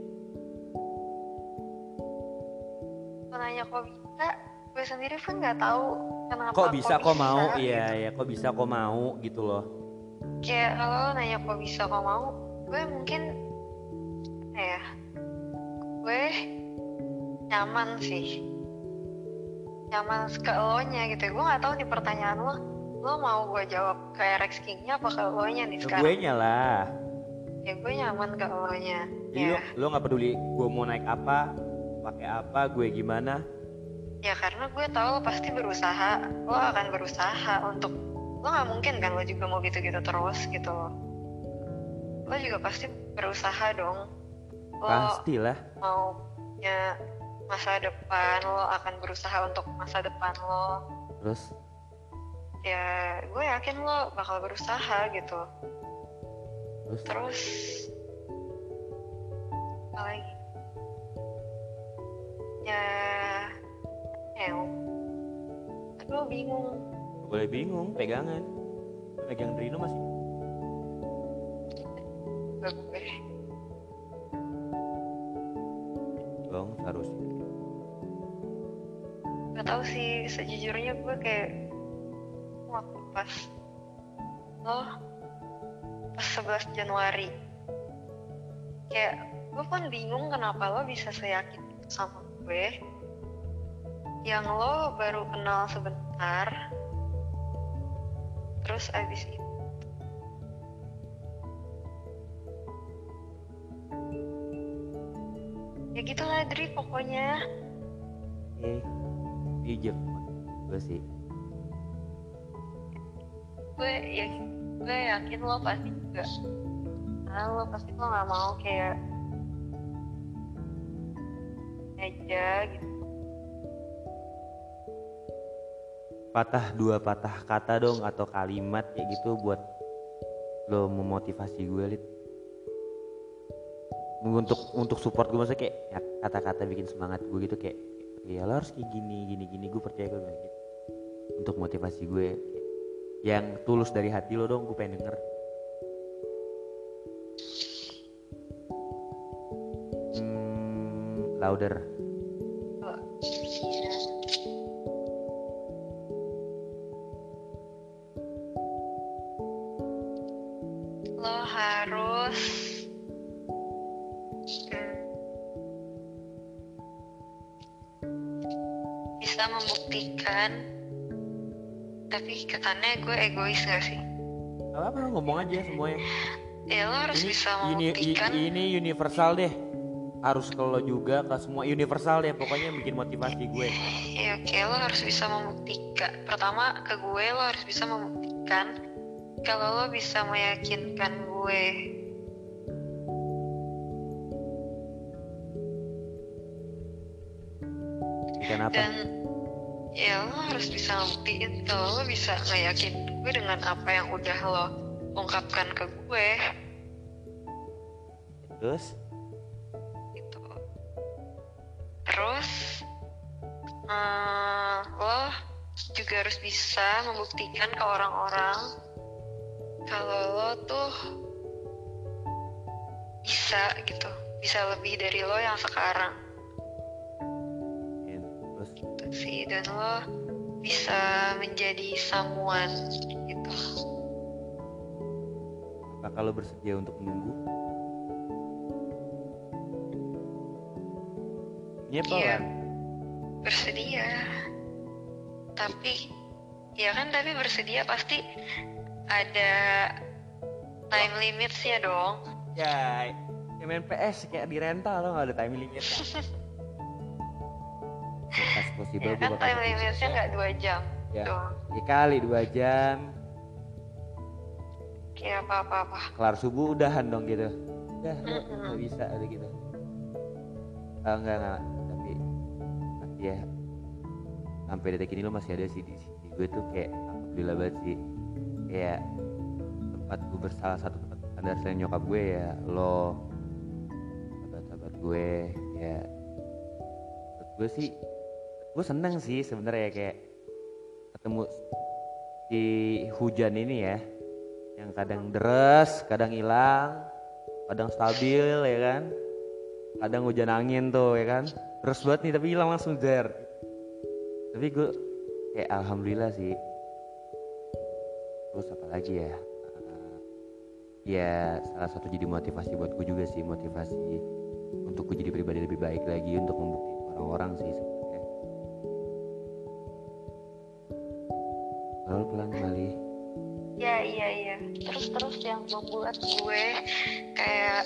Lo nanya kok bisa, gue sendiri pun nggak tahu kenapa. Kok bisa kok mau? Iya ya, kok bisa kok mau gitu loh. Kayak kalau lo nanya kok bisa kok mau, gue mungkin ya gue nyaman sih, nyaman ke lo nya gitu. Gue nggak tahu nih pertanyaan lo, lo mau gue jawab ke Erex King-nya apa ke lo nya nih Ke sekarang? gue nya lah. Ya gue nyaman ke lo nya. Jadi Ya, lo, lo gak peduli gue mau naik apa, pakai apa, gue gimana. ya karena gue tahu lo pasti berusaha, lo akan berusaha untuk, lo nggak mungkin kan lo juga mau gitu-gitu terus gitu loh. Lo juga pasti berusaha dong. Lo Pastilah. mau punya masa depan, lo akan berusaha untuk masa depan lo. Terus Ya gue yakin lo bakal berusaha gitu. terus Terus apa lagi? Ya, ya, aduh bingung. boleh bingung pegangan. Pegang Drino masih Gak gue. dong harus. Gak tau sih, sejujurnya gue kayak waktu pas lo pas sebelas Januari kayak gue pun bingung kenapa lo bisa seyakin itu sama gue yang lo baru kenal sebentar terus abis itu ya gitulah Dri pokoknya. Eh, pijak gue sih. Gue ya gue yakin lo pasti juga karena lo pasti lo nggak mau kayak aja gitu. Patah dua patah kata dong atau kalimat kayak gitu buat lo memotivasi gue Lid. Untuk untuk support gue maksudnya kayak ya, kata-kata bikin semangat gue gitu kayak ya lo harus kayak gini gini gini gue percaya gue gitu. Untuk motivasi gue kayak, yang tulus dari hati lo dong gue pengen denger. Hmm, louder. Iya. Lo harus hmm, bisa membuktikan, tapi kesannya gue egois gak sih? Gak apa-apa ngomong aja semuanya. Ya lo harus Ini, bisa ini, membuktikan. i- ini universal deh. Harus ke lo juga ke semua universal deh pokoknya yang bikin motivasi gue. Ya oke, lo harus bisa membuktikan. Pertama ke gue lo harus bisa membuktikan kalau lo bisa meyakinkan gue. Ikan apa? Dan ya lo harus bisa ngebuktiin kalau lo bisa ngeyakin gue dengan apa yang udah lo ungkapkan ke gue Terus gitu. Terus eh, lo juga harus bisa membuktikan ke orang-orang kalau lo tuh bisa gitu, bisa lebih dari lo yang sekarang ya, terus gitu sih, dan lo bisa menjadi someone gitu. apakah lo bersedia untuk menunggu? Iya Iya, pelan. bersedia. Tapi ya kan, tapi bersedia pasti ada time limitsnya dong. Ya, ya main P S kayak di rental lo nggak ada time limit. Pas possible Ya gue kan bakal time limitnya nggak dua jam ya, doang. ya kali dua jam Kayak apa-apa-apa. kelar subuh udahan dong gitu. Udah lo Mm-mm. nggak bisa ada gitu. Ah, enggak enggak tapi masih ya sampai detik ini lo masih ada sih di sisi gue tuh kayak alhamdulillah banget sih kayak tempat gue bersalah satu tempat standar selain nyokap gue ya lo sahabat-sahabat gue ya menurut gue sih gue seneng sih sebenarnya kayak ketemu di hujan ini ya yang kadang deres kadang hilang kadang stabil ya kan kadang hujan angin tuh ya kan terus banget nih tapi hilang langsung zer tapi gue kayak alhamdulillah sih. Terus apa lagi ya uh, ya salah satu jadi motivasi buat gue juga sih motivasi untuk gue jadi pribadi lebih baik lagi untuk membuktikan orang-orang sih sebenarnya. Lalu pelan kembali. Ya iya iya. Terus terus yang membuat gue kayak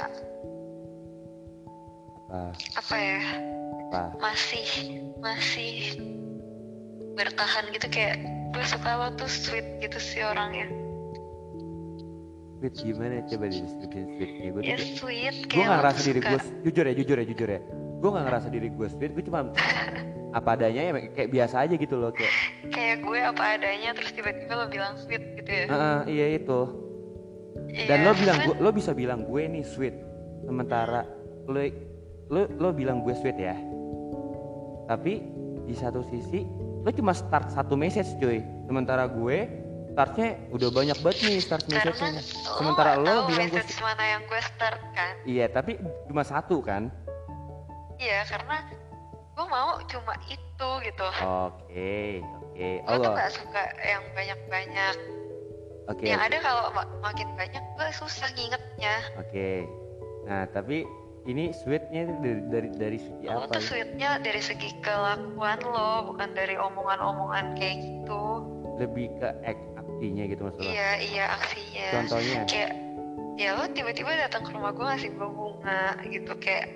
apa apa ya, apa masih masih bertahan gitu, kayak gue suka lo tuh sweet gitu sih orangnya. sweet gimana coba deskripsi sweetnya gue tuh Ya kayak- sweet, gue kayak nggak lo ngerasa tuh diri suka. gue jujur ya jujur ya jujur ya gue nggak ngerasa diri gue sweet gue cuma apa adanya ya kayak biasa aja gitu loh kayak Kayak gue apa adanya terus tiba-tiba lo bilang sweet gitu ya. "Ah, iya itu dan Iya, lo bilang sweet. gua, lo bisa bilang gue nih sweet sementara lo lo lo bilang gue sweet ya tapi di satu sisi lo cuma start satu message cuy, sementara gue startnya udah banyak banget nih start message-nya. Karena Sementara lo, lo tahu bilang gue message mana yang gue start kan. iya, tapi cuma satu kan. Iya, karena gue mau cuma itu gitu. Oke, oke. Gue tuh Oh, gak suka yang banyak-banyak. oke. Yang oke. ada kalau ma- makin banyak gue susah ngingetnya. Oke. Nah, tapi ini sweetnya itu dari dari, dari segi Lo apa? tuh sweetnya dari segi kelakuan lo, bukan dari omongan-omongan kayak gitu. Lebih ke act aksinya gitu maksudnya. Iya, iya aksinya. Contohnya? Kayak, ya lo tiba-tiba datang ke rumah gue ngasih gue bunga gitu. Kayak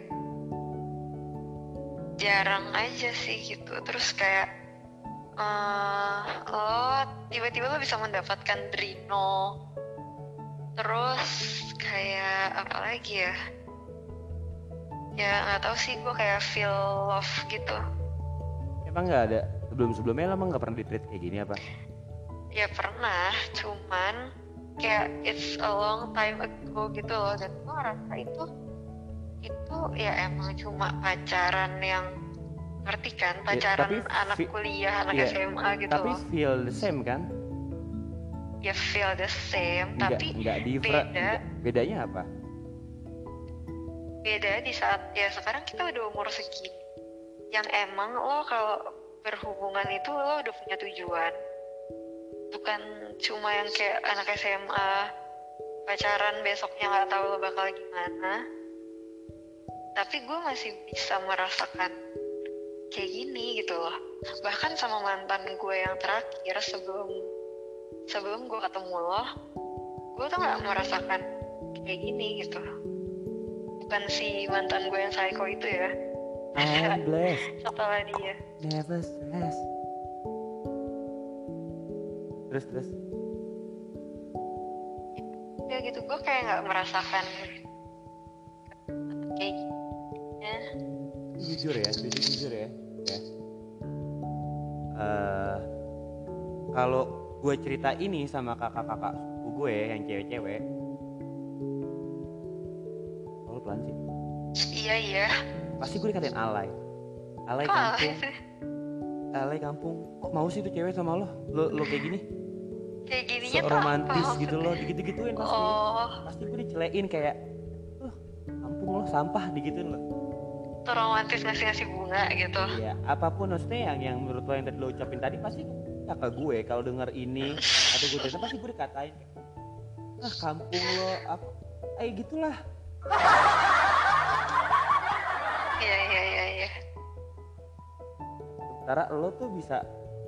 jarang aja sih gitu. Terus kayak eh lo tiba-tiba lo bisa mendapatkan Drino. Terus kayak apa lagi ya? Ya nggak tahu sih, gue kayak feel love gitu. Emang nggak ada sebelum-sebelumnya lo emang nggak pernah di-treat kayak gini apa? Ya pernah, cuman kayak it's a long time ago gitu loh. Dan gue ngerasa itu itu ya emang cuma pacaran yang, ngerti kan, pacaran tapi anak fi- kuliah, anak iya, S M A gitu Tapi loh. feel the same kan? Ya feel the same, Nggak, tapi nggak different. beda. nggak- Bedanya apa? Beda di saat ya sekarang kita udah umur segini, yang emang lo kalau berhubungan itu lo udah punya tujuan, bukan cuma yang kayak anak S M A pacaran besoknya nggak tahu lo bakal gimana. Tapi gue masih bisa merasakan kayak gini gitu loh. Bahkan sama mantan gue yang terakhir sebelum sebelum gue ketemu lo, gue tuh nggak merasakan kayak gini gitu. Bukan si mantan gue yang psycho itu ya. I'm blessed, Setelah dia. never stress. Terus terus. Ya gitu, gue kayak nggak merasakan kayak gini. Ya. Jujur ya, jujur jujur ya. Ya. Eh, kalau gue cerita ini sama kakak-kakak sepupu gue yang cewek-cewek, kalau pelan sih, Iya iya. pasti gue dikatain alay, alay Kok alay kampung, sih? alay kampung. Kok mau sih tuh cewek sama lo, lo, lo kayak gini, Kayak gininya so tuh apa romantis gitu maksudnya? loh, digitu-gituin pasti, Oh, pasti gue dicelein kayak, oh, kampung lo sampah digituin lo. tuh romantis ngasih-ngasih bunga gitu. Ya apapun maksudnya yang yang menurut lo yang tadi lo ucapin tadi pasti kakak gue kalau denger ini atau gue cerita pasti gue dikatain ah kampung lo apa eh gitulah. Iya iya iya iya. Sementara lo tuh bisa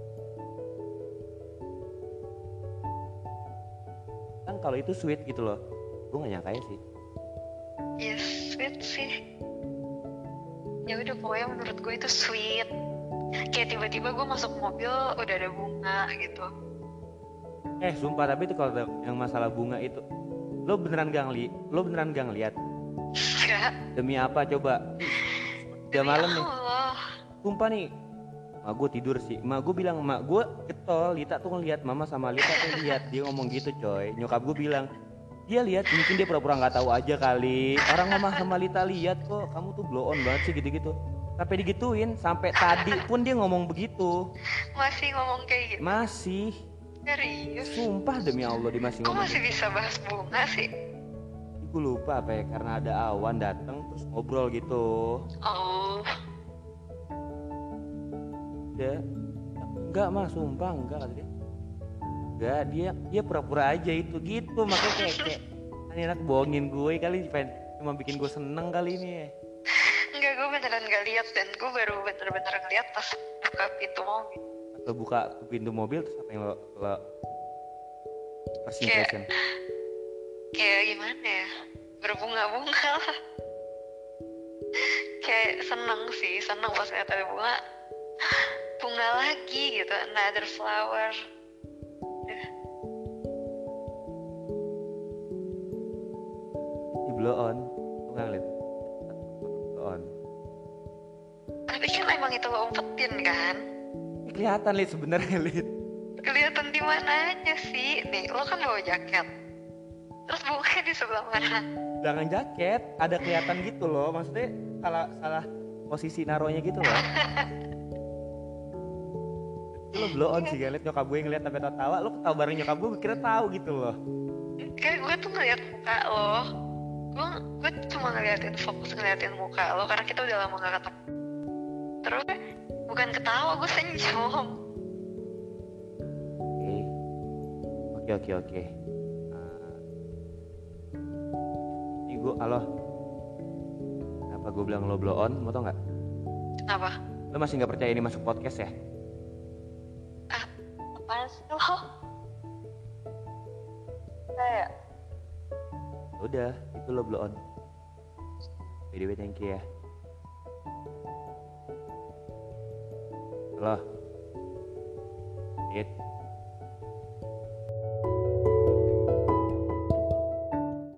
kan kalau itu sweet gitu loh, gue gak nyangka sih. Iya sweet sih. Ya udah pokoknya menurut gue itu sweet. Kayak tiba-tiba gue masuk mobil udah ada bunga gitu. Eh sumpah tapi itu kalau yang masalah bunga itu lo beneran gak ngeli lo beneran gak ngeliat Enggak. demi apa coba udah Demi malam nih Allah. sumpah nih mak gue tidur sih mak gue bilang mak gue getol Lita tuh ngeliat mama sama Lita tuh lihat dia ngomong gitu coy. Nyokap gue bilang dia lihat mungkin dia pura-pura nggak tahu aja kali orang mama sama Lita lihat kok kamu tuh blow on banget sih gitu-gitu sampai digituin sampai tadi pun dia ngomong begitu Masih ngomong kayak gitu. masih Serius. sumpah demi Allah dia masih Kok ngomong masih gitu. bisa bahas bunga sih? Gue lupa apa ya karena ada awan datang terus ngobrol gitu Oh. dia enggak mah sumpah enggak kata dia enggak dia dia pura-pura aja itu gitu makanya kayak kayak ini anak bohongin gue kali pengen cuma bikin gue seneng kali ini ya. Enggak, gue beneran gak lihat dan gue baru bener-bener ngeliat pas buka pintu mobil. Lo buka pintu mobil terus apa yang lo, lo first Kayak- impression Kayak gimana ya? Berbunga-bunga lah. Kayak seneng sih, seneng pas ngeliat ada bunga. Bunga lagi gitu, another flower. Udah. di blow on lo nggak ngeliat blow on Tapi kan emang itu lo umpetin kan? ini kelihatan Lid sebenarnya Lid Kelihatan di mananya sih? Nih, lo kan bawa jaket. Terus bunganya di sebelah mana? belakang jaket ada kelihatan gitu loh maksudnya salah salah posisi naruhnya gitu loh Itu lo blow on sih kan, liat nyokap gue ngeliat sampai tawa, lo ketawa bareng nyokap gue, gue kira tahu gitu loh. Kayak gue tuh ngeliat muka lo, gue gue cuma ngeliatin fokus ngeliatin muka lo karena kita udah lama gak ketemu. Terus bukan ketawa, gue senyum. Oke oke oke. Uh, ini gue, halo. Kenapa gue bilang lo blow on? Mau tau nggak? Kenapa? Lo masih nggak percaya ini masuk podcast ya? Ah, apaan sih lo? Kayak Udah, itu lo blow on. By the way, thank you ya. Halo. Dit.